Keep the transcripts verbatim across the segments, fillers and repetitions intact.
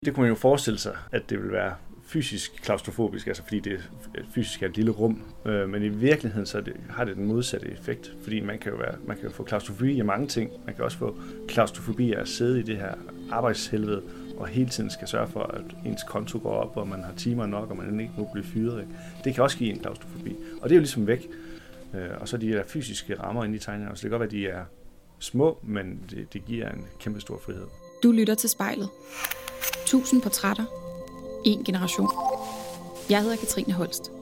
Det kunne man jo forestille sig, at det ville være fysisk klaustrofobisk, altså fordi det fysisk er et lille rum, øh, men i virkeligheden så det, har det den modsatte effekt, fordi man kan jo være, man kan jo få klaustrofobi af mange ting. Man kan også få klaustrofobi af at sidde i det her arbejdshelvede og hele tiden skal sørge for, at ens konto går op, og man har timer nok, og man ikke må blive fyret. Ikke? Det kan også give en klaustrofobi, og det er jo ligesom væk. Øh, og så de der fysiske rammer inde i tegninger, så det kan godt være, at de er små, men det, det giver en kæmpe stor frihed. Du lytter til Spejlet. Tusind portrætter. En generation. Jeg hedder Katrine Holst.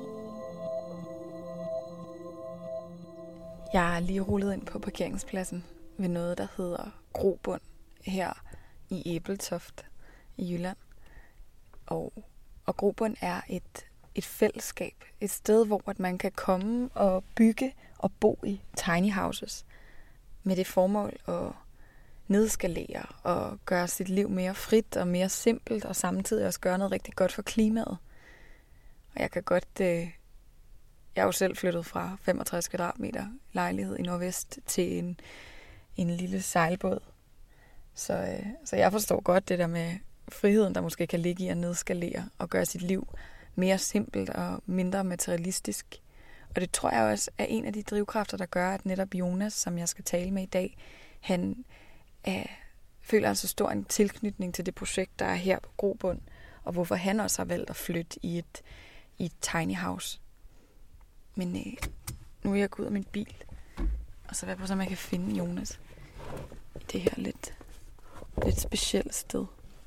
Jeg er lige rullet ind på parkeringspladsen ved noget, der hedder Grobund her i Ebeltoft i Jylland. Og, og Grobund er et, et fællesskab. Et sted, hvor man kan komme og bygge og bo i tiny houses. Med det formål at nedskalere og gøre sit liv mere frit og mere simpelt, og samtidig også gøre noget rigtig godt for klimaet. Og jeg kan godt... Øh, jeg er jo selv flyttet fra femogtres kvadratmeter lejlighed i Nordvest til en, en lille sejlbåd. Så, øh, så jeg forstår godt det der med friheden, der måske kan ligge i at nedskalere og gøre sit liv mere simpelt og mindre materialistisk. Og det tror jeg også er en af de drivkræfter, der gør, at netop Jonas, som jeg skal tale med i dag, han er, føler altså stor en tilknytning til det projekt, der er her på Grobund, og hvorfor han også har valgt at flytte i et, i et tiny house. Men øh, nu er jeg gået ud af min bil, og så vil jeg prøve, om jeg kan finde Jonas i det her lidt, lidt specielle sted.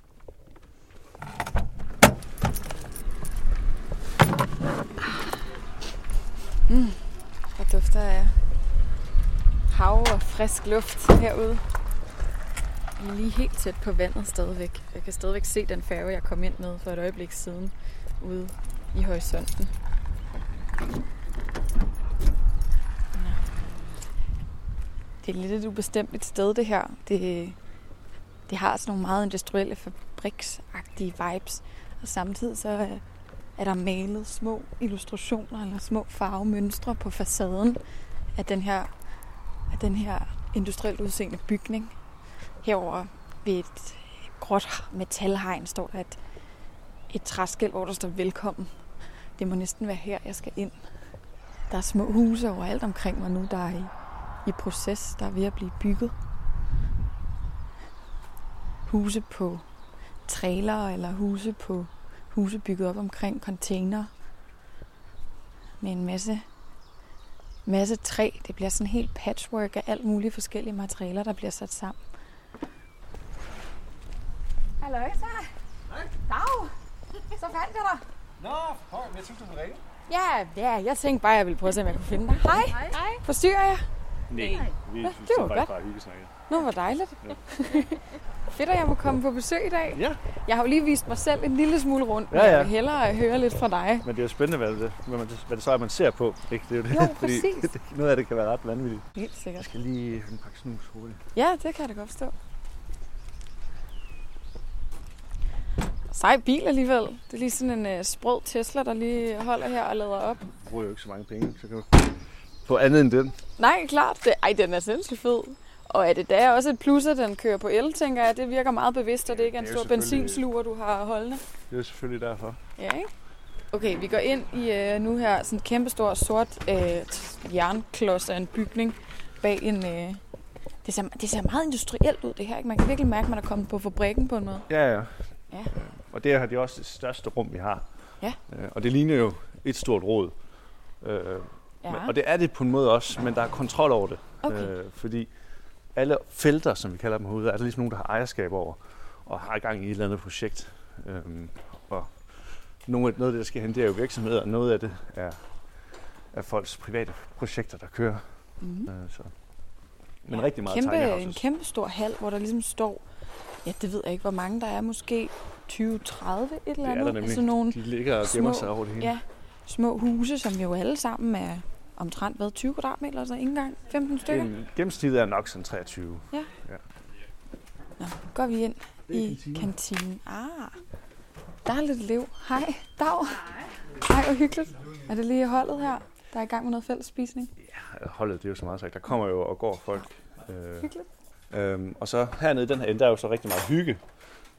Mm, der dufter af hav og frisk luft herude. Jeg er lige helt tæt på vandet stadigvæk. Jeg kan stadigvæk se den færge, jeg kom ind med for et øjeblik siden ude i horisonten. Det er lidt et ubestemmeligt sted, det her. Det, det har sådan nogle meget industrielle, fabriksagtige vibes. Og samtidig så er der malet små illustrationer eller små farvemønstre på facaden af den her, af den her industrielt udseende bygning. Herover ved et gråt metalhegn står der et, et træskilt, hvor der står velkommen. Det må næsten være her, jeg skal ind. Der er små huse overalt omkring mig nu, der er i, i proces, der er ved at blive bygget. Huse på trailer eller huse på huse bygget op omkring container med en masse, masse træ. Det bliver sådan helt patchwork af alt mulige forskellige materialer, der bliver sat sammen. Hallo, så. Hej. Dag. Så fandt jeg dig. Nå, høj, jeg synes, du vil ringe. Ja, ja, jeg tænkte bare, at jeg ville prøve at se, om jeg kunne finde dig. Hej. Hej. Forstyrrer jeg? Nej, vi Ja, synes, det det var er godt. bare hyggesnakke. Nå, hvor dejligt. Ja. Fedt, at jeg må komme på besøg i dag. Ja. Jeg har jo lige vist mig selv en lille smule rundt, men Ja, ja. jeg vil hellere høre lidt fra dig. Men det er jo spændende, hvad det, hvad, man, hvad det så er, man ser på. Ikke? Det er jo det, Jo, fordi præcis. det, noget af det kan være ret vanvittigt. Helt sikkert. Jeg skal lige en pakke snus hurtigt. Ja, det kan jeg da godt forstå. Sej bil alligevel. Det er lige sådan en uh, sprød Tesla, der lige holder her og lader op. Jeg bruger jo ikke så mange penge, så kan du få andet end den. Nej, klart. Det, ej, den er sindssygt fed. Og er det da også et plus, at den kører på el, tænker jeg. Det virker meget bevidst, og det ikke er en Det er jo stor selvfølgelig- benzinsluger, du har holdende. Det er jo selvfølgelig derfor. Ja, ikke? Okay, vi går ind i uh, nu her sådan en kæmpestor sort uh, jernklods af en bygning bag en... Uh, det, ser, det ser meget industrielt ud, det her. Ikke? Man kan virkelig mærke, at man er kommet på fabrikken på en måde. Ja, ja. Ja. Og det er, det er også det største rum, vi har. Ja. Øh, Og det ligner jo et stort råd. Øh, Ja. men- Og det er det på en måde også, men der er kontrol over det. Okay. Øh, fordi alle felter, som vi kalder dem herude, er der ligesom nogen, der har ejerskab over og har i gang i et eller andet projekt. Øhm, og noget af det, der skal hen, det er jo virksomheder, og noget af det er, er folks private projekter, der kører. Mm-hmm. Øh, så. Men ja, rigtig meget kæmpe, tiny en houses. kæmpe stor hal, hvor der ligesom står, ja, det ved jeg ikke, hvor mange der er, måske tyve tredive et eller Det er andet. der nemlig. Altså nogle De ligger og gemmer små- sig over det hele. ja, små huse, som jo alle sammen er omtrent hvad, tyve kvadratmeter, altså ikke engang femten stykker. En gennemsnit er nok sådan treogtyve. Nå, går vi ind Det er i kantinen. kantinen. Ah, der er lidt liv. Hej, dag. Hej, hvor hyggeligt. Er det lige holdet her, der er i gang med noget fælles spisning? Holdet, det er jo så meget sagt. Der kommer jo og går folk. Øh, Hyggeligt. øhm, og så hernede i den her ende, der er jo så rigtig meget hygge.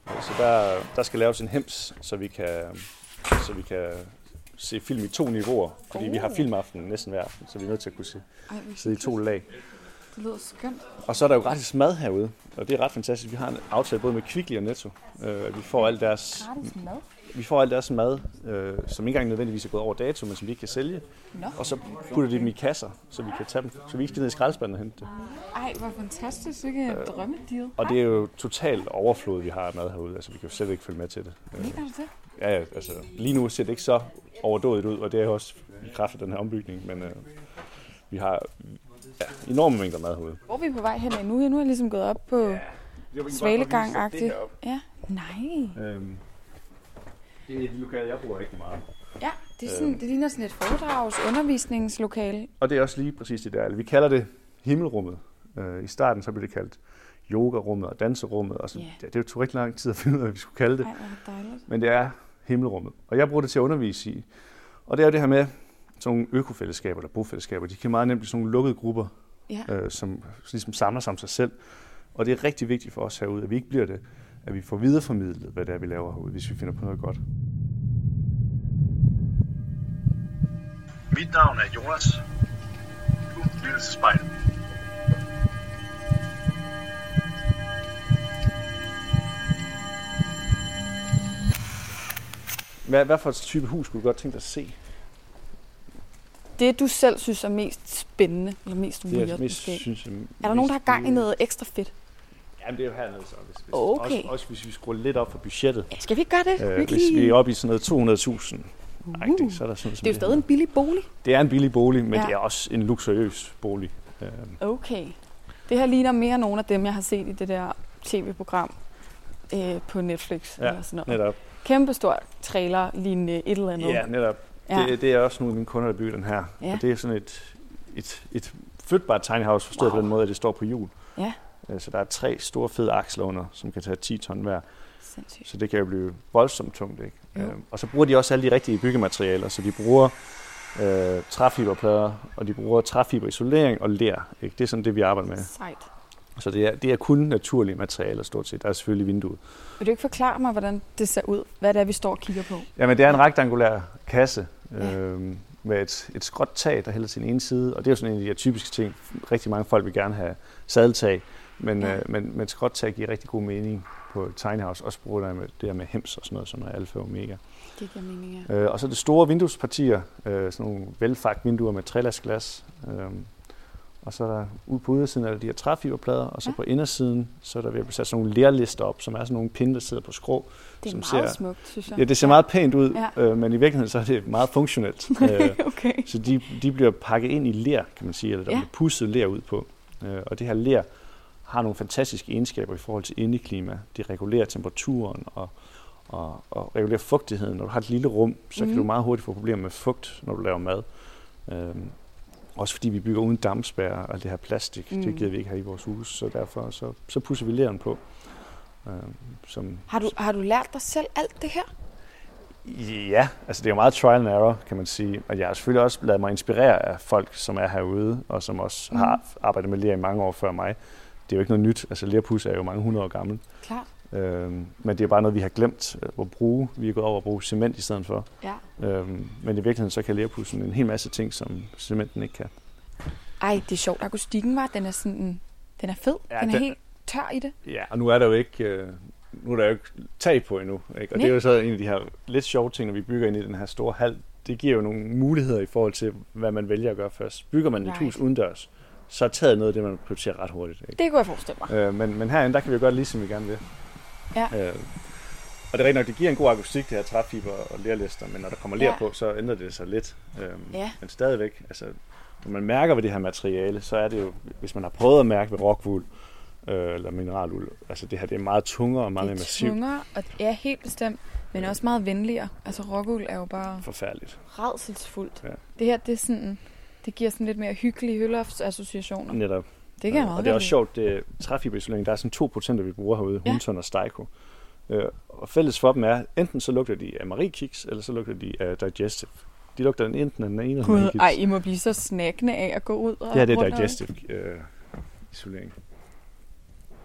Så der, der skal laves en hems, så vi kan, så vi kan se film i to niveauer, fordi oh. vi har filmaften næsten hver aften, så vi er nødt til at kunne se, Ej, sidde i to lag. Det lyder skønt. Og så er der jo gratis mad herude, og det er ret fantastisk. Vi har en aftale både med Kvickly og Netto. Øh, vi får alt deres gratis mad? Vi får alt deres mad, øh, som ikke engang nødvendigvis er gået over dato, men som vi ikke kan sælge. No. Og så putter de dem i kasser, så vi kan tage dem, så vi ikke skal ned i skraldespanden og hente det. Ej, hvor fantastisk. Ikke et øh, drømmedeal. Og det er jo totalt overflod, vi har af mad herude. Altså, vi kan jo slet ikke følge med til det. Mener du det? Ja, ja, altså lige nu ser det ikke så overdådigt ud, og det er også i kraft af den her ombygning, men øh, vi har ja, enorme mængder mad herude. Hvor er vi på vej hen nu? Nu er jeg ligesom gået op på ja, Svalegang-agtigt. Ja, nej. Øhm, det er et lokale, jeg bruger rigtig meget. Ja, det, er sådan, øhm, det ligner sådan et foredrags undervisningslokale. Og det er også lige præcis det der. Vi kalder det himmelrummet. Øh, I starten så blev det kaldt yogarummet og danserummet. Og så, yeah. det, det tog rigtig lang tid at finde ud af, hvad vi skulle kalde det. Ej, hvor dejligt. Men det er himmelrummet. Og jeg bruger det til at undervise i. Og det er jo det her med sådan nogle økofællesskaber eller bofællesskaber. De kan meget nemt blive sådan nogle lukkede grupper, yeah. øh, som ligesom samler sig om sig selv. Og det er rigtig vigtigt for os herude, at vi ikke bliver det. At vi får videreformidlet, hvad det er, vi laver herude, hvis vi finder på noget godt. Mit navn er Jonas. Du lytter til Spejlet. Hvad, hvad for et type hus skulle du godt tænke dig at se? Det, du selv synes er mest spændende, eller mest weird, det, mest, måske. Synes, jeg, er der nogen, der har gang i noget ekstra fedt? Jamen, det er jo hernede så. Hvis, hvis, okay. også, også hvis vi skruer lidt op for budgettet. Ja, skal vi gøre det? Øh, hvis vi er oppe i sådan noget to hundrede tusind. Uh. Ej, det, så er der sådan, det er jo stadig en billig bolig. Det er en billig bolig, men ja. det er også en luksuriøs bolig. Okay. Det her ligner mere nogle af dem, jeg har set i det der tv-program øh, på Netflix. Ja, eller sådan noget. netop. Kæmpestor trailer, lignende et eller andet. Ja, netop. Ja. Det, det er også nogle af mine kunder, der bygger den her. Ja. Og det er sådan et, et, et flytbart tiny house, forstået wow. på den måde, at det står på hjul. Ja. Så der er tre store fede aksler under, som kan tage ti ton hver. Sindssygt. Så det kan jo blive voldsomt tungt, ikke? Øhm, og så bruger de også alle de rigtige byggematerialer, så de bruger øh, træfiberplader, og de bruger træfiberisolering og ler, ikke? Det er sådan det, vi arbejder med. Sejt. Så det er, det er kun naturlige materialer stort set. Der er selvfølgelig vinduet. Vil du ikke forklare mig, hvordan det ser ud? Hvad det er, vi står og kigger på? Jamen, det er en rektangulær kasse ja. øh, med et, et skråt tag, der hælder til den ene side. Og det er jo sådan en af de her typiske ting. Rigtig mange folk vil gerne have sadeltag, men, ja. øh, men, men skråt tag giver rigtig god mening på et tiny house. Også på grund af det her med hems og sådan noget, som er alfa og omega. Det giver mening, ja. øh, Og så det store vinduespartier, øh, sådan nogle velfagt vinduer med trelastglas. Øh, Og så er der ude på ydersiden af de her træfiberplader, og så ja. på indersiden, så er der ved at blive sat sådan nogle lerlister op, som er sådan nogle pinde, der sidder på skrå. Det er som meget ser, smukt, synes jeg. Ja, det ser ja. meget pænt ud, ja. øh, men i virkeligheden så er det meget funktionelt. okay. Så de, de bliver pakket ind i ler, kan man sige, eller der ja. bliver pudset ler ud på. Øh, og det her ler har nogle fantastiske egenskaber i forhold til indeklima. De regulerer temperaturen og, og, og regulerer fugtigheden. Når du har et lille rum, så mm. kan du meget hurtigt få problemer med fugt, når du laver mad. Øh, Også fordi vi bygger uden dampspærrer og alt det her plastik, mm. det gider vi ikke have i vores hus, så derfor så, så pusser vi leren på. Øh, som, har, du, har du lært dig selv alt det her? Ja, altså det er jo meget trial and error, kan man sige. Og jeg har selvfølgelig også ladet mig inspirere af folk, som er herude, og som også mm. har arbejdet med ler i mange år før mig. Det er jo ikke noget nyt, altså lerpudser er jo mange hundrede år gammel. Klart. Øhm, men det er bare noget, vi har glemt at bruge. Vi er gået over at bruge cement i stedet for. Ja. Øhm, men i virkeligheden så kan lerpudsen en hel masse ting, som cementen ikke kan. Ej, det er sjovt. Akustikken var, den er sådan, den er fed. Ja, den er den, helt tør i det. Ja, og nu er der jo ikke, øh, nu er der jo ikke tag på endnu. Ikke? Og Nej. Det er jo så en af de her lidt sjove ting, når vi bygger ind i den her store hal. Det giver jo nogle muligheder i forhold til, hvad man vælger at gøre først. Bygger man right. et hus udendørs, så er taget noget af det, man prioriterer ret hurtigt. Ikke? Det kunne jeg forestille mig. Øh, men, men herinde, der kan vi jo gøre lige, som vi gerne vil. Ja. Øh, og det er rigtig nok, det giver en god akustik, det her træfiber og lerlister, men når der kommer ler ja. på, så ændrer det sig lidt. Øh, ja. Men stadigvæk, altså, når man mærker ved det her materiale, så er det jo, hvis man har prøvet at mærke ved rockwool øh, eller mineraluld, altså det her, det er meget tungere og meget mere massivt. Det er tungere, og det er helt bestemt, men også meget venligere. Altså rockwool er jo bare forfærdeligt. Rædselsfuldt. Ja. Det her, det er sådan, det giver sådan lidt mere hyggelige høllofts-associationer. Netop. Det kan jeg meget Og det er også sjovt, det træfiberisolering, der er sådan to procent, vi bruger herude, ja. Hunton og Steico. Øh, og fælles for dem er, enten så lugter de af Marie Kiks, eller så lugter de af Digestive. De lugter den enten af den ene eller den anden. Ej, I må blive så snakkende af at gå ud og ja, det er Digestive øh, isolering.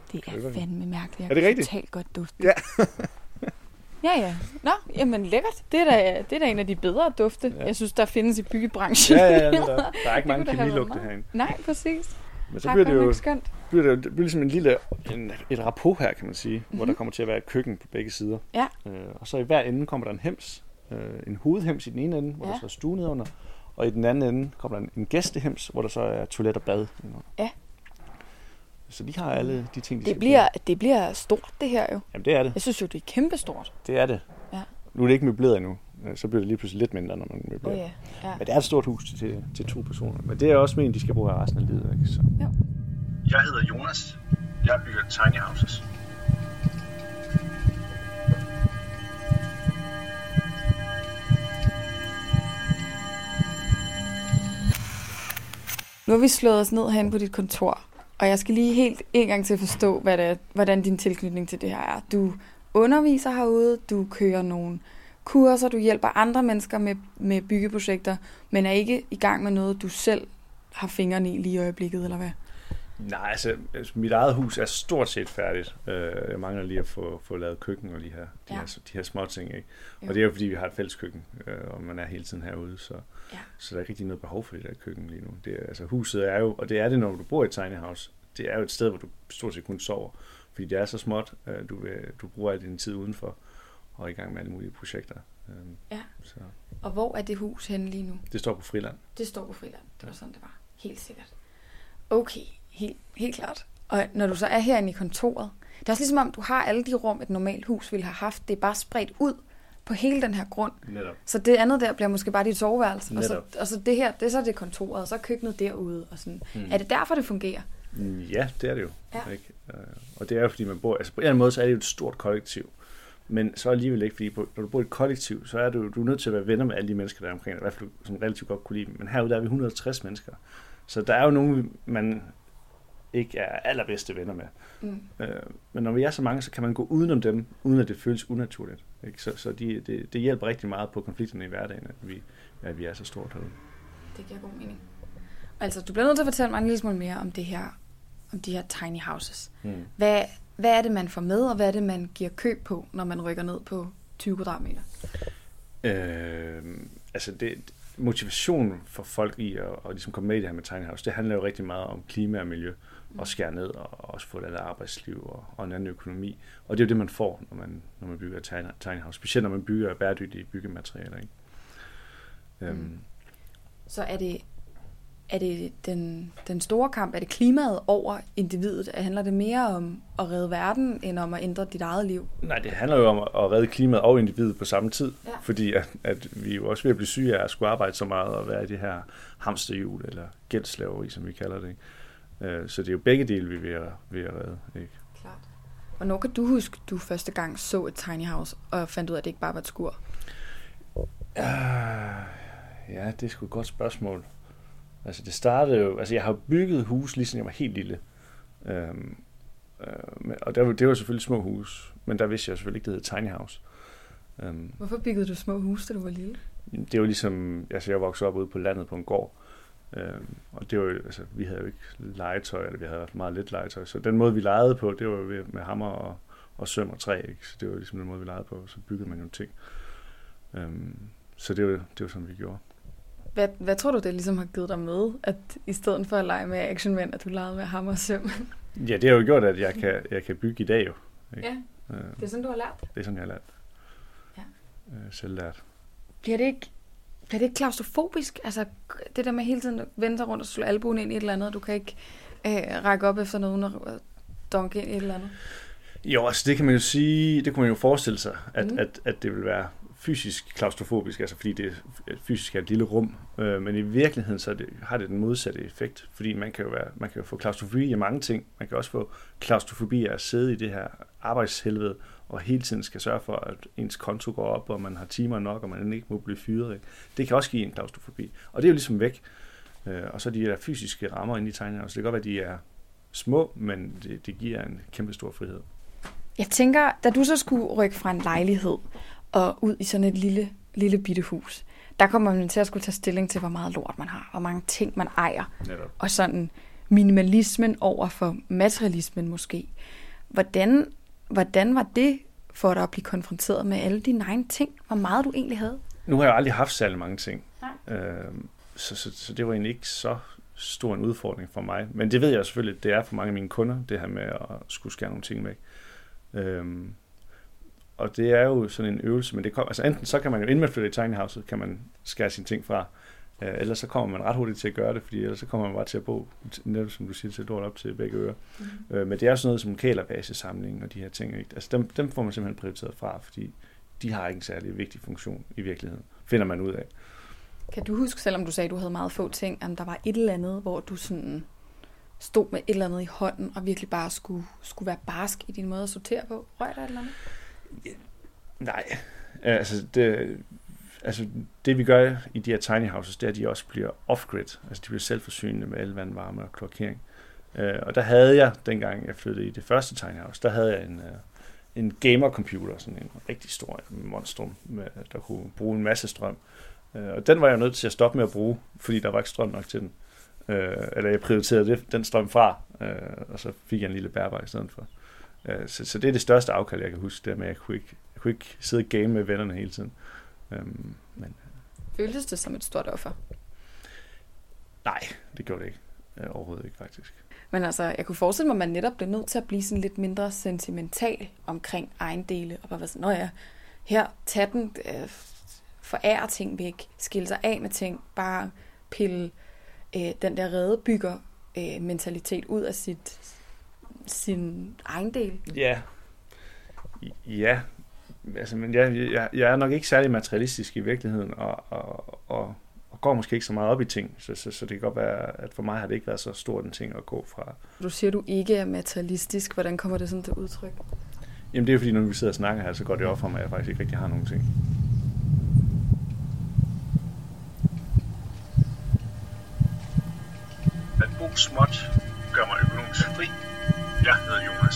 Det er fandme mærkeligt. Er det rigtigt? Totalt godt duft. Ja. Ja, ja. Nå, jamen lækkert. Det er da, det er da en af de bedre dufte, ja. Jeg synes, der findes i byggebranchen. Ja, ja, ja. Der, der er ikke mange kemilugte herinde. Nej, præcis. Men så bliver det jo bliver det, det bliver ligesom en lille, en, et rapport her, kan man sige, mm-hmm. hvor der kommer til at være et køkken på begge sider. Ja. Øh, og så i hver ende kommer der en hems. Øh, en hovedhems i den ene ende, hvor ja. der så er stue nedenunder. Og i den anden ende kommer der en, en gæstehems, hvor der så er toilet og bad nedenunder. Ja. Så de har alle de ting, de det skal bliver, det bliver stort, det her jo. Jamen, det er det. Jeg synes jo, det er kæmpestort. Det er det. Ja. Nu er det ikke møbleret endnu. Så bliver det lige pludselig lidt mindre, når man møblerer. Oh, ja. Ja. Men det er et stort hus til, til to personer. Men det er også meningen, de skal bruge resten af livet. Ikke? Så. Jo. Jeg hedder Jonas. Jeg bygger tiny houses. Nu har vi slået os ned herinde på dit kontor, og jeg skal lige helt en gang til forstå, hvad det er, hvordan din tilknytning til det her er. Du underviser herude, du kører nogle kurser, du hjælper andre mennesker med, med byggeprojekter, men er ikke i gang med noget, du selv har fingrene i lige i øjeblikket, eller hvad? Nej, altså, mit eget hus er stort set færdigt. Jeg mangler lige at få, få lavet køkken og de her, de ja. her, de her små ting. Ikke? Og det er jo fordi, vi har et fælles køkken, og man er hele tiden herude, så, ja. så der er ikke rigtig noget behov for det der køkken lige nu. Det er, altså, huset er jo, og det er det, når du bor i et tiny house, det er jo et sted, hvor du stort set kun sover, fordi det er så småt, du, du bruger al din tid udenfor og er i gang med alle mulige projekter. Ja. Så. Og hvor er det hus henne lige nu? Det står på Friland. Det står på Friland, det var sådan, det var. Helt sikkert. Okay. Helt, helt klart. Og når du så er herinde i kontoret, det er også ligesom om, du har alle de rum, et normalt hus ville have haft. Det er bare spredt ud på hele den her grund. Netop. Så det andet der bliver måske bare dit soveværelse. Og så, Netop. og så det her, det er så det kontoret, og så er køkkenet derude. Og sådan. Mm. Er det derfor, det fungerer? Ja, det er det jo. Ja. Ikke? Og det er jo, fordi man bor... Altså på en eller anden måde, så er det jo et stort kollektiv. Men så alligevel ikke, fordi når du bor i et kollektiv, så er du, du er nødt til at være venner med alle de mennesker, der er omkring dig. I hvert fald, som relativt godt kunne lide. Men herude der er vi et hundrede og tres mennesker. Så der er jo nogen, man ikke er allerbedste venner med. Mm. Øh, men når vi er så mange, så kan man gå udenom dem, uden at det føles unaturligt. Ikke? Så, så de, det, det hjælper rigtig meget på konflikterne i hverdagen, at vi, at vi er så stort herude. Det giver god mening. Altså, du bliver nødt til at fortælle mig en lille smule mere om det her, om de her tiny houses. Mm. Hvad, hvad er det, man får med, og hvad er det, man giver køb på, når man rykker ned på tyve kvadratmeter? Øh, altså, det, motivation for folk i at, at ligesom komme med i det her med tiny house, det handler jo rigtig meget om klima og miljø, mm. og skære ned, og også få et andet arbejdsliv og, og en anden økonomi. Og det er jo det, man får, når man, når man bygger tiny, tiny house, specielt når man bygger bæredygtige byggematerialer. Ikke? Mm. Øhm. Så er det, er det den, den store kamp, er det klimaet over individet? Handler det mere om at redde verden, end om at ændre dit eget liv? Nej, det handler jo om at redde klimaet og individet på samme tid. Ja. Fordi at, at vi er jo også ved at blive syge af at skulle arbejde så meget og være i det her hamsterhjul, eller gældslaveri, som vi kalder det. Ikke? Så det er jo begge dele, vi er ved at, ved at redde. Ikke? Klart. Hvornår kan du huske, du første gang så et tiny house, og fandt ud af, at det ikke bare var et skur? Uh, ja, det er sgu et godt spørgsmål. Altså det startede jo, altså jeg har bygget hus lige siden jeg var helt lille. Øhm, øh, og der, det var selvfølgelig små hus, men der vidste jeg selvfølgelig ikke, det hed tiny house. Øhm, Hvorfor byggede du små hus, da du var lille? Det var ligesom, altså jeg voksede op ude på landet på en gård. Øhm, og det var jo, altså vi havde jo ikke legetøj, eller vi havde meget lidt legetøj. Så den måde vi legede på, det var jo med hammer og, og søm og træ, ikke? Så det var ligesom den måde vi legede på, så byggede man jo ting. Øhm, så det var, det var sådan vi gjorde. Hvad, hvad tror du, det ligesom har givet dig med, at i stedet for at lege med actionmænd, at du legede med hammer og søm? Ja, det har jo gjort, at jeg kan, jeg kan bygge i dag jo. Ikke? Ja, det er sådan, du har lært? Det er sådan, jeg har lært. Ja. Øh, selv lært. Bliver det ikke, bliver det ikke klaustrofobisk? Altså, det der med hele tiden at vende sig rundt og slå albuen ind i et eller andet, du kan ikke øh, række op efter noget, og dunke ind i et eller andet? Jo, altså det kan man jo sige, det kunne man jo forestille sig, at, mm. at, at det vil være fysisk klaustrofobisk, altså fordi det fysisk er et lille rum, øh, men i virkeligheden så det, har det den modsatte effekt, fordi man kan jo være, man kan jo få klaustrofobi af mange ting. Man kan også få klaustrofobi af at sidde i det her arbejdshelvede og hele tiden skal sørge for, at ens konto går op, og man har timer nok, og man ikke må blive fyret. Ikke? Det kan også give en klaustrofobi, og det er jo ligesom væk. Øh, og så de der fysiske rammer inde i tegnene, så det kan godt være, at de er små, men det, det giver en kæmpe stor frihed. Jeg tænker, da du så skulle rykke fra en lejlighed og ud i sådan et lille, lille bitte hus, der kommer man til at skulle tage stilling til, hvor meget lort man har, hvor mange ting man ejer. Netop. Og sådan, minimalismen over for materialismen måske. Hvordan, hvordan var det for dig at blive konfronteret med alle dine egne ting? Hvor meget du egentlig havde? Nu har jeg aldrig haft særlig mange ting. Nej. Øh, så, så, så det var egentlig ikke så stor en udfordring for mig. Men det ved jeg selvfølgelig, det er for mange af mine kunder, det her med at skulle skære nogle ting væk. Øh, og det er jo sådan en øvelse, men det kom, altså enten så kan man jo, inden man flytter i tiny houset, kan man skære sine ting fra. Øh, ellers så kommer man ret hurtigt til at gøre det, fordi ellers så kommer man bare til at bo, netop som du siger, til lort op til begge ører. Mm. Øh, men det er jo sådan noget som kælerbasesamling og de her ting. Ikke? Altså dem, dem får man simpelthen prioriteret fra, fordi de har ikke en særlig vigtig funktion i virkeligheden, finder man ud af. Kan du huske, selvom du sagde, at du havde meget få ting, om der var et eller andet, hvor du sådan stod med et eller andet i hånden, og virkelig bare skulle, skulle være barsk i din måde at sortere på? Røg der et eller andet? Ja, nej, altså det, altså det vi gør i de her tiny houses, det er, at de også bliver off-grid. Altså de bliver selvforsynende med el, vand, varme og kloakering. Og der havde jeg, dengang jeg flyttede i det første tiny house, der havde jeg en, en gamer-computer, sådan en rigtig stor monstrum, med, der kunne bruge en masse strøm. Og den var jeg nødt til at stoppe med at bruge, fordi der var ikke strøm nok til den. Eller jeg prioriterede det, den strøm fra, og så fik jeg en lille bærbar i stedet for. Så, så det er det største afkald, jeg kan huske, det med, at jeg kunne ikke, jeg kunne ikke sidde og game med vennerne hele tiden. Men, føltes det som et stort offer? Nej, det gjorde det ikke. Overhovedet ikke, faktisk. Men altså, jeg kunne forestille mig, at man netop blev nødt til at blive sådan lidt mindre sentimental omkring ejendele, og bare være sådan, nå ja, her, tag den, øh, forære ting væk, skille sig af med ting, bare pille øh, den der redebygger øh, mentalitet ud af sit, sin ejendel. Ja, ja, altså, men jeg, jeg, jeg er nok ikke særlig materialistisk i virkeligheden, og, og, og, og går måske ikke så meget op i ting, så, så, så det kan godt være, at for mig har det ikke været så stort en ting at gå fra. Du siger, du ikke er materialistisk. Hvordan kommer det sådan til udtryk? Jamen det er fordi, når vi sidder og snakker her, så går det op for mig, at jeg faktisk ikke rigtig har nogen ting. At bo småt gør mig økonomisk fri. Jeg hedder Jonas.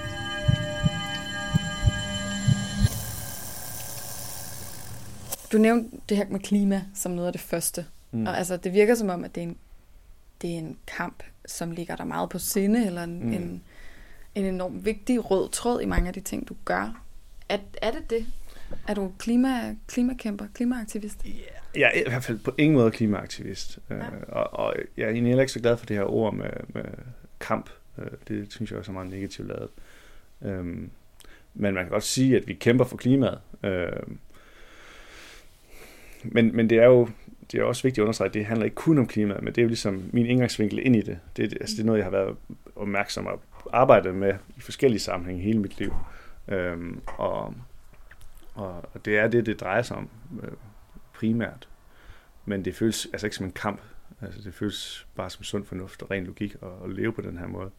Du nævnte det her med klima som noget af det første. Mm. Og altså, det virker som om, at det er, en, det er en kamp, som ligger der meget på sinde, eller en, mm. en, en enormt vigtig rød tråd i mange af de ting, du gør. Er, er det det? Er du klima, klimakæmper, klimaaktivist? Yeah. Jeg er i hvert fald på ingen måde klimaaktivist. Ja. Uh, og, og jeg er egentlig ikke så glad for det her ord med, med kamp. Uh, det synes jeg også er meget negativt lavet. Um, men man kan godt sige, at vi kæmper for klimaet. Uh, men, men det er jo det er også vigtigt at understrege, at det handler ikke kun om klimaet, men det er jo ligesom min indgangsvinkel ind i det. Det, altså, det er noget, jeg har været opmærksom og arbejdet med i forskellige sammenhænge hele mit liv. Um, og, og, og det er det, det drejer sig om uh, primært. Men det føles altså ikke som en kamp. Altså, det føles bare som sund fornuft og ren logik at, at leve på den her måde.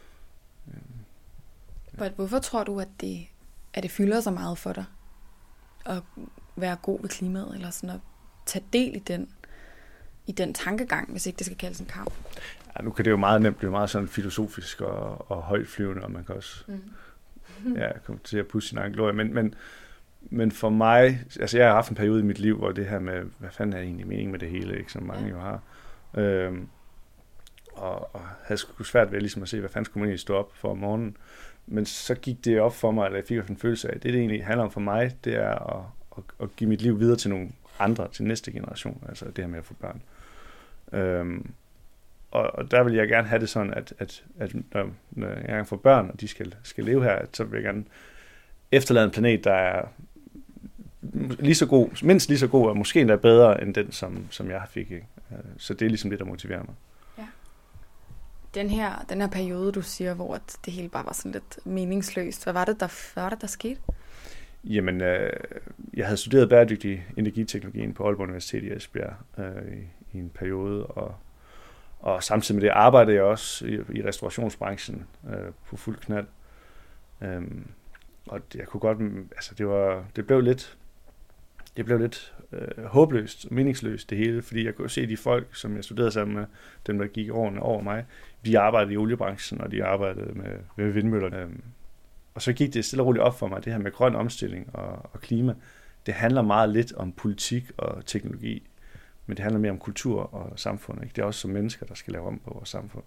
Ja. Hvorfor tror du, at det, at det fylder så meget for dig at være god ved klimaet, eller sådan at tage del i den, i den tankegang, hvis ikke det skal kaldes en kamp? Ja, nu kan det jo meget nemt blive meget sådan filosofisk og, og højtflyvende, og man kan også mm. ja, komme til at pusse sin egen glorie. Men, men, men for mig, altså jeg har haft en periode i mit liv, hvor det her med, hvad fanden er egentlig meningen med det hele, ikke, som mange ja. jo har. Øhm, og, og havde sgu svært ved ligesom at se, hvad fanden skulle man egentlig stå op for om morgenen. Men så gik det op for mig, eller jeg fik en følelse af, at det, det egentlig handler om for mig, det er at, at, at give mit liv videre til nogle andre, til næste generation, altså det her med at få børn. Øhm, og, og der vil jeg gerne have det sådan, at, at, at når, når jeg engang får børn, og de skal, skal leve her, så vil jeg gerne efterlade en planet, der er lige så god, mindst lige så god, og måske endda bedre, end den, som, som jeg fik. Ikke? Så det er ligesom det, der motiverer mig. Ja. Den her, den her periode, du siger, hvor det hele bare var sådan lidt meningsløst, hvad var det, der, hvad var det, der skete? Jamen, øh, jeg havde studeret bæredygtig energiteknologi på Aalborg Universitet i Esbjerg øh, i, i en periode, og, og samtidig med det arbejdede jeg også i, i restaurationsbranchen øh, på fuld knald. Øhm, og jeg kunne godt, altså det var, det blev lidt, det blev lidt øh, håbløst, meningsløst det hele, fordi jeg kunne se de folk, som jeg studerede sammen med, dem der gik årene over mig, de arbejdede i oliebranchen, og de arbejdede med, med vindmøller. Og så gik det stille og roligt op for mig, det her med grøn omstilling og, og klima, det handler meget lidt om politik og teknologi, men det handler mere om kultur og samfund. Ikke? Det er også som mennesker, der skal lave om på vores samfund.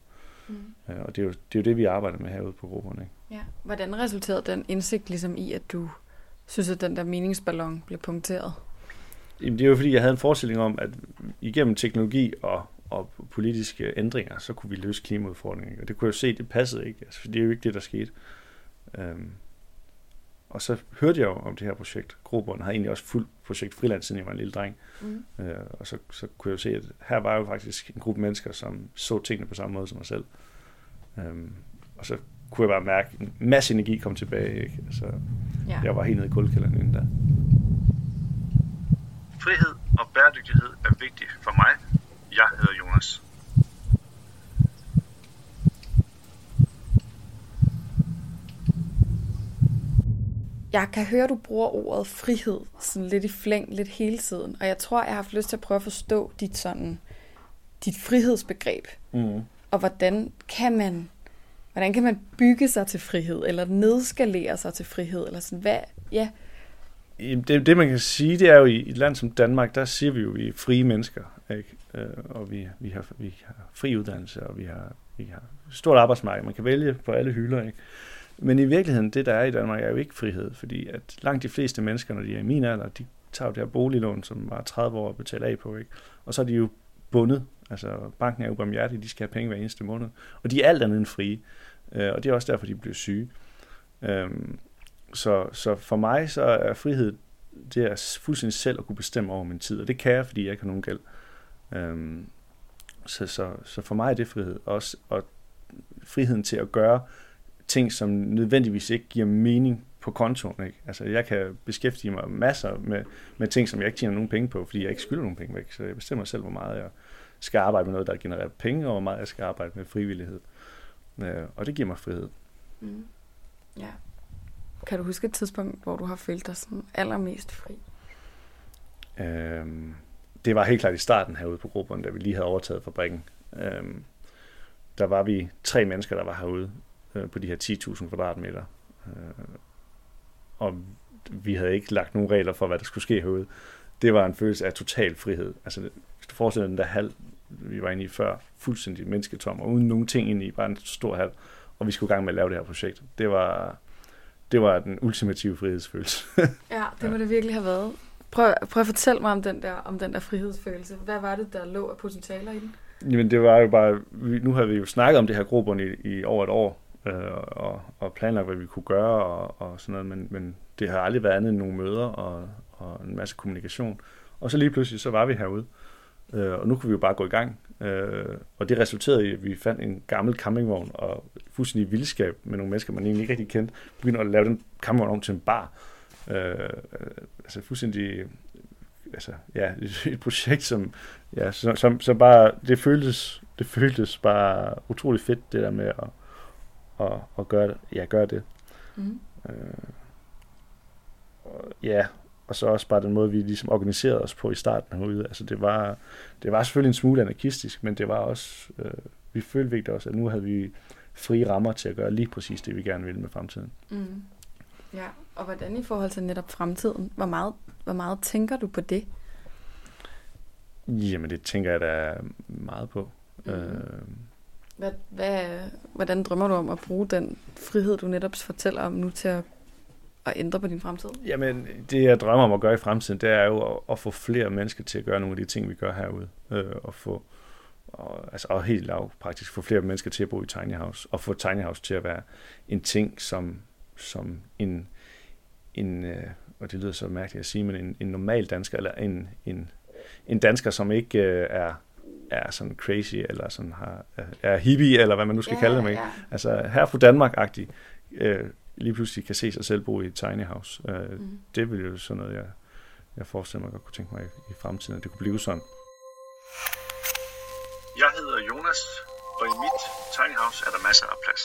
Mm. Øh, og det er, jo, det er jo det, vi arbejder med herude på grupperne. Ikke? Ja. Hvordan resulterede den indsigt ligesom i, at du synes, at den der meningsballon blev punkteret? Jamen, det er jo fordi, jeg havde en forestilling om, at igennem teknologi og, og politiske ændringer, så kunne vi løse klimaudfordringen. Og det kunne jeg jo se, det passede ikke. Altså, det er jo ikke det, der skete. Øhm, og så hørte jeg jo om det her projekt. Grobund har egentlig også fuldt projekt Friland, siden jeg var en lille dreng. Mm. Øh, og så, så kunne jeg jo se, at her var jo faktisk en gruppe mennesker, som så tingene på samme måde som mig selv. Øhm, og så kunne jeg bare mærke en masse energi komme tilbage. Ikke? Altså, ja. Jeg var helt nede i kuldekælderen inden der. Frihed og bæredygtighed er vigtigt for mig. Jeg hedder Jonas. Jeg kan høre, at du bruger ordet frihed sådan lidt i flæng, lidt hele tiden. Og jeg tror, jeg har haft lyst til at prøve at forstå dit, sådan, dit frihedsbegreb. Mm. Og hvordan kan man hvordan kan man bygge sig til frihed, eller nedskalere sig til frihed, eller sådan, hvad, ja. Det, det man kan sige, det er jo i et land som Danmark, der siger vi jo, at vi er frie mennesker, ikke? Og vi, vi, har, vi har fri uddannelse, og vi har, vi har stort arbejdsmarked. Man kan vælge på alle hylder, ikke? Men i virkeligheden, det der er i Danmark, er jo ikke frihed, fordi at langt de fleste mennesker, når de er i min alder, de tager jo det her boliglån, som var tredive år at betale af på, ikke? Og så er de jo bundet. Altså, banken er jo barmhjertig, de skal have penge hver eneste måned. Og de er alt andet end frie. Og det er også derfor, de bliver syge. Så, så for mig, så er frihed, det er fuldstændig selv at kunne bestemme over min tid. Og det kan jeg, fordi jeg ikke har nogen gæld. Så, så, så for mig er det frihed. Også og friheden til at gøre ting, som nødvendigvis ikke giver mening på kontoen. Ikke? Altså, jeg kan beskæftige mig masser med, med ting, som jeg ikke tjener nogen penge på, fordi jeg ikke skylder nogen penge væk. Så jeg bestemmer selv, hvor meget jeg skal arbejde med noget, der genererer penge, og hvor meget jeg skal arbejde med frivillighed. Og det giver mig frihed. Mm. Ja. Kan du huske et tidspunkt, hvor du har følt dig sådan allermest fri? Øhm, det var helt klart i starten herude på gruppen, da vi lige havde overtaget fabrikken. Øhm, der var vi tre mennesker, der var herude øh, på de her ti tusind kvadratmeter. Øh, og vi havde ikke lagt nogen regler for, hvad der skulle ske herude. Det var en følelse af total frihed. Altså, hvis du forestiller den der hal, vi var inde i før, fuldstændig mennesketom, og uden nogen ting inde i, bare en stor hal, og vi skulle i gang med at lave det her projekt. Det var, det var den ultimative frihedsfølelse. Ja, det må ja. det virkelig have været. Prøv, prøv at fortælle mig om den, der, om den der frihedsfølelse. Hvad var det, der lå af potentialer i den? Jamen, det var jo bare, nu har vi jo snakket om det her grobund i, i over et år, øh, og, og planlagt, hvad vi kunne gøre, og, og sådan noget, men, men det har aldrig været andet end nogle møder, og, og en masse kommunikation. Og så lige pludselig, så var vi herude. Og nu kunne vi jo bare gå i gang. Og det resulterede i, at vi fandt en gammel campingvogn og fuldstændig vildskab med nogle mennesker, man egentlig ikke rigtig kendte. Vi begyndte at lave den campingvogn om til en bar. Øh, altså fuldstændig, altså ja, et projekt, som, ja, som, som, som bare, det føltes, det føltes bare utrolig fedt, det der med at, at, at gøre, ja, gøre det. Mm. Øh, og, ja, og så også bare den måde, vi ligesom organiserede os på i starten herude. Altså det var, det var selvfølgelig en smule anarkistisk, men det var også, øh, vi følte vigtigt også, at nu havde vi frie rammer til at gøre lige præcis det, vi gerne ville med fremtiden. Mm. Ja, og hvordan i forhold til netop fremtiden? Hvor meget, hvor meget tænker du på det? Jamen det tænker jeg da meget på. Mm. Øh, hvad, hvad, hvordan drømmer du om at bruge den frihed, du netop fortæller om nu til at at ændre på din fremtid? Jamen, det jeg drømmer om at gøre i fremtiden, det er jo at, at få flere mennesker til at gøre nogle af de ting, vi gør herude. Øh, og få, og, altså og helt lavpraktisk, få flere mennesker til at bo i Tiny House, og få Tiny House til at være en ting, som, som en, en øh, og det lyder så mærkeligt at sige, men en, en normal dansker, eller en, en, en dansker, som ikke øh, er, er sådan crazy, eller sådan har, er hippie, eller hvad man nu skal ja, kalde dem, ikke? Ja. Altså her fra Danmark-agtig, øh, lige pludselig kan se sig selv bo i et tiny house. Uh, mm. Det ville jo sådan noget, jeg, jeg forestiller mig godt kunne tænke mig i, i fremtiden, at det kunne blive sådan. Jeg hedder Jonas, og i mit tiny house er der masser af plads.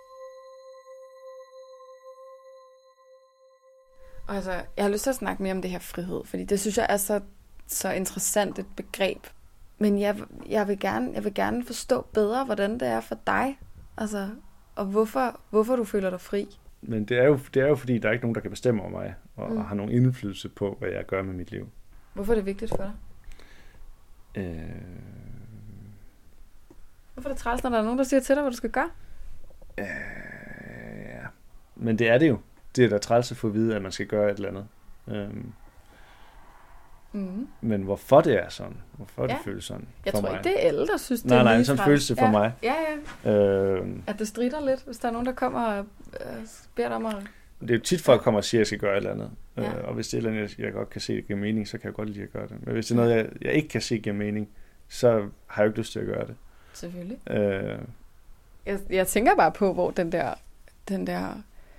Altså, jeg har lyst til at snakke mere om det her frihed, fordi det synes jeg er så, så interessant et begreb. Men jeg, jeg, vil gerne, jeg vil gerne forstå bedre, hvordan det er for dig, altså, og hvorfor, hvorfor du føler dig fri. Men det er, jo, det er jo fordi, der er ikke nogen, der kan bestemme over mig, og, mm. og har nogen indflydelse på, hvad jeg gør med mit liv. Hvorfor er det vigtigt for dig? Øh... Hvorfor er det træls, når der er nogen, der siger til dig, hvad du skal gøre? Øh, ja. Men det er det jo. Det er da træls at få at vide, at man skal gøre et eller andet. Øhm. Mm. Men hvorfor det er sådan? Hvorfor ja. det føles sådan Jeg for tror mig? ikke, det er alle, der synes, det nej, er nej, lige sådan træls. føles det for ja. mig. Ja, ja. Øhm. At det strider lidt, hvis der er nogen, der kommer og øh, beder dig om at... Det er jo tit, folk kommer og siger, at jeg skal gøre et eller andet. Ja. Øh, og hvis det er et eller andet, jeg, jeg godt kan se, det giver mening, så kan jeg godt lide at gøre det. Men hvis det er noget, jeg, jeg ikke kan se giver mening, så har jeg jo ikke lyst til at gøre det. Selvfølgelig. Øh. Jeg, jeg tænker bare på, hvor den der, den der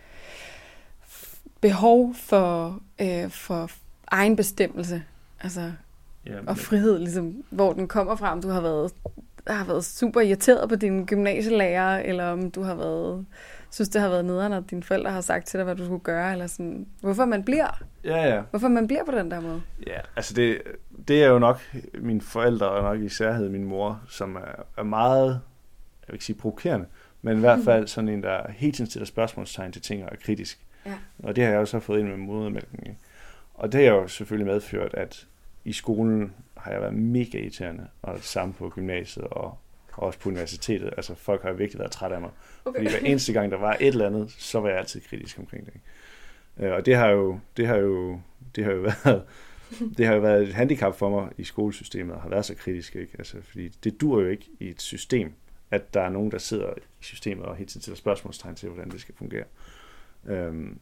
behov for, øh, for egen bestemmelse, altså, Ja, og frihed, ligesom, hvor den kommer fra, om du har været, har været super irriteret på dine gymnasielærer, eller om du har været, synes, det har været nederen, at dine forældre har sagt til dig, hvad du skulle gøre, eller sådan, hvorfor man bliver, ja, ja. hvorfor man bliver på den der måde. Ja, altså det, det er jo nok mine forældre, og nok især min mor, som er, er meget, jeg vil ikke sige provokerende, men i hvert fald sådan en, der hele tiden stiller spørgsmålstegn til ting og er kritisk. Ja. Og det har jeg jo så fået ind med modermælken. Og det har jo selvfølgelig medført, at i skolen har jeg været mega irriterende, og det samme på gymnasiet og også på universitetet. Altså folk har jo virkelig været træt af mig. Okay. Fordi hver eneste gang, der var et eller andet, så var jeg altid kritisk omkring det. Og det har jo, det har jo, det har jo været, det har jo været et handicap for mig i skolesystemet, at have været så kritisk, ikke? Altså, fordi det dur jo ikke i et system, at der er nogen, der sidder i systemet og hele tiden stiller spørgsmålstegn til, hvordan det skal fungere. Øhm,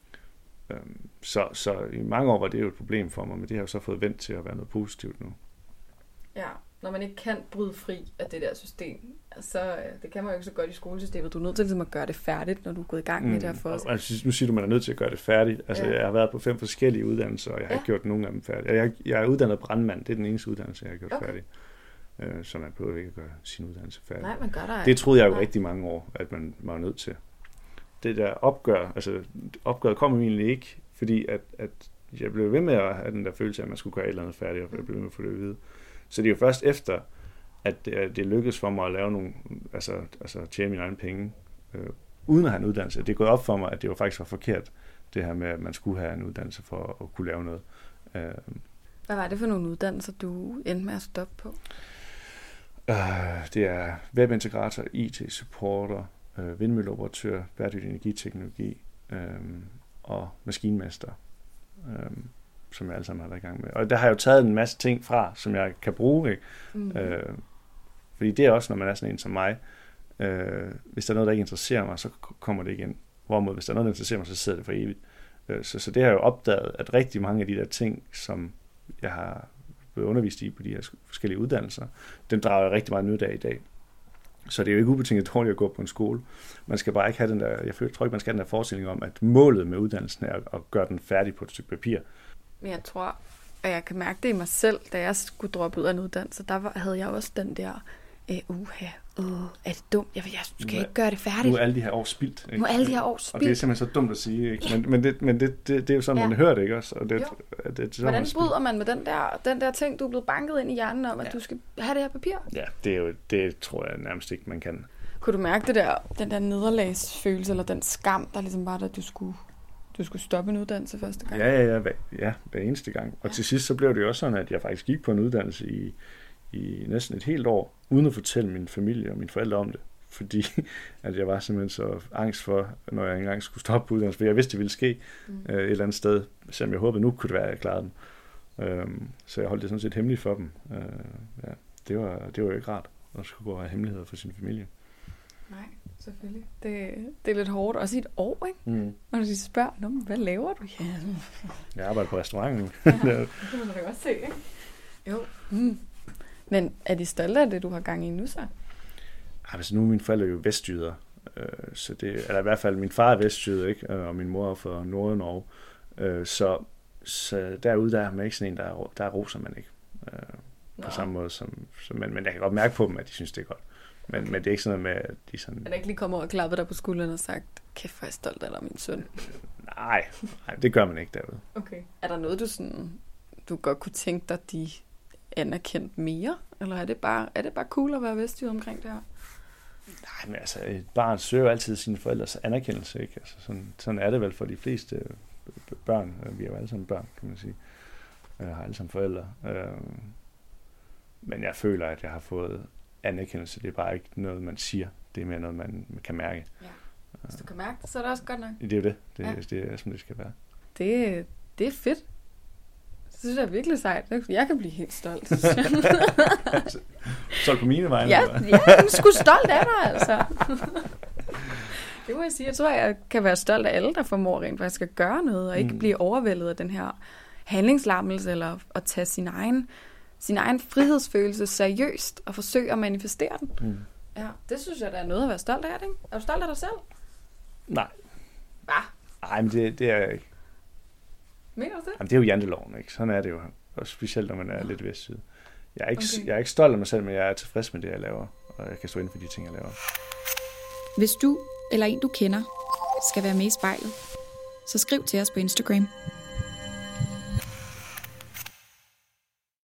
øhm, så, så i mange år var det jo et problem for mig, men det har jo så fået vendt til at være noget positivt nu. Ja, når man ikke kan bryde fri af det der system, så det kan man jo ikke så godt i skolesystemet. Du er nødt til ligesom at gøre det færdigt, når du er gået i gang med mm, det her for os. Altså, nu siger du, man er nødt til at gøre det færdigt. Altså, ja. Jeg har været på fem forskellige uddannelser, og jeg har ja. ikke gjort nogen af dem færdige. Jeg, jeg er uddannet brandmand, det er den eneste uddannelse, jeg har gjort okay. færdig. Øh, så man behøver ikke at gøre sin uddannelse færdig. Nej, man gør der det troede jeg jo Nej. rigtig mange år, at man var nødt til. Det der opgør, altså opgøret kom egentlig ikke, fordi at, at jeg blev ved med at have den der følelse af, at man skulle gøre et eller andet færdigt, og jeg blev ved med at få det at vide. Så det er jo først efter, at det, det lykkedes for mig at lave nogle, altså, altså tjene mine egne penge, øh, uden at have en uddannelse. Det er gået op for mig, at det jo faktisk var forkert, det her med, at man skulle have en uddannelse for at kunne lave noget. Øh, Hvad var det for nogle uddannelser, du endte med at stoppe på? Øh, det er webintegrator, I T-supporter, øh, vindmølleoperatør, bæredygtig energiteknologi øh, og maskinmester, øh, som jeg alle sammen har været i gang med. Og der har jeg jo taget en masse ting fra, som jeg kan bruge, ikke? Mm-hmm. Øh, fordi det er også, når man er sådan en som mig, øh, hvis der er noget, der ikke interesserer mig, så kommer det ikke ind. Hvorimod, hvis der er noget, der interesserer mig, så sidder det for evigt. Øh, så, så det har jeg jo opdaget, at rigtig mange af de der ting, som jeg har blevet undervist i på de her forskellige uddannelser, dem drager jeg rigtig meget nyt af i dag. Så det er jo ikke ubetinget dårligt at gå på en skole. Man skal bare ikke have den der, jeg tror ikke, man skal have den der forestilling om, at målet med uddannelsen er at gøre den færdig på et stykke papir. Men jeg tror, og jeg kan mærke det i mig selv, da jeg skulle droppe ud af en uddannelse, der var, havde jeg også den der, uh, uha, uh, er det dumt? Jeg, jeg skal ikke gøre det færdigt. Nu er alle de her år spildt. Ikke? Nu er alle de her år spildt. Og det er simpelthen så dumt at sige, ikke? Men, men, det, men det, det, det er jo sådan, ja. Man hører det, ikke også? Og det, det, det, Hvordan man bryder man med den der, den der ting, du er blevet banket ind i hjernen om, at ja. Du skal have det her papir? Ja, det, er jo, det tror jeg nærmest ikke, man kan. Kunne du mærke det der, den der nederlagsfølelse, eller den skam, der ligesom var, at du skulle, du skulle stoppe en uddannelse første gang? Ja, ja, ja, hver, ja, hver eneste gang. Og ja. Til sidst så blev det jo også sådan, at jeg faktisk gik på en uddannelse i, i næsten et helt år, uden at fortælle min familie og mine forældre om det. Fordi at jeg var simpelthen så angst for, når jeg engang skulle stoppe på uddannelse, for jeg vidste, det ville ske mm. øh, et eller andet sted, selvom jeg håbede, nu kunne det være, at jeg klarede den. Øhm, så jeg holdt det sådan set hemmeligt for dem. Øh, ja, det var, det var jo ikke rart, at skulle gå og have hemmeligheder for sin familie. Nej, selvfølgelig. Det, det er lidt hårdt. Også i et år, ikke? Mm. Når du spørger, hvad laver du? Ja. Jeg arbejder på restauranten. Ja, det kan man da godt se, ikke? Jo. Mm. Men er de stolte af det, du har gang i nu så? Altså nu er mine forældre jo vestjyder, øh, så det, eller i hvert fald min far er vestjyder, ikke? Og min mor er fra Nord-Norge. Øh, så, så derude der er man ikke sådan en, der, der roser man ikke. Øh, på samme måde som, som men, men jeg kan godt mærke på dem, at de synes, det er godt. Men, okay. men det er ikke sådan noget med, at de sådan... Er der ikke lige kommet over og klappet dig på skulderen og sagt, kæft, hvor er jeg stolt af dig, min søn? Nej, nej, det gør man ikke derude. Okay. Er der noget, du sådan, du godt kunne tænke dig, de anerkendt mere? Eller er det bare, er det bare cool at være vestjyd omkring det her? Nej, men altså, et barn søger altid sine forældres anerkendelse, ikke? Altså, sådan, sådan er det vel for de fleste børn. Vi er jo alle sammen børn, kan man sige. Jeg har alle sammen forældre. Men jeg føler, at jeg har fået anerkendelse. Det er bare ikke noget, man siger. Det er mere noget, man kan mærke. Ja. Hvis du kan mærke det, så er det også godt nok. Det er jo det. Det, Ja. det er, som det skal være. Det, det er fedt. Det synes jeg er virkelig sejt. Jeg kan blive helt stolt. Stolt på mine vegne? Ja, eller? ja, jeg er sgu stolt af dig, altså. Det må jeg sige. Jeg tror, jeg kan være stolt af alle, der formår rent faktisk at gøre noget, og ikke Mm. blive overvældet af den her handlingslammelse, eller at tage sin egen, sin egen frihedsfølelse seriøst, og forsøge at manifestere den. Mm. Ja, det synes jeg, der er noget at være stolt af, ikke? Er du stolt af dig selv? Nej. Hvad? Nej, men det, det er jeg ikke. Mener du det? Jamen, det er jo janteloven, ikke? Sådan er det jo. Og specielt, når man er lidt vestsyd. Jeg er, ikke, Okay. jeg er ikke stolt af mig selv, men jeg er tilfreds med det, jeg laver. Og jeg kan stå inden for de ting, jeg laver. Hvis du eller en, du kender, skal være med i spejlet, så skriv til os på Instagram.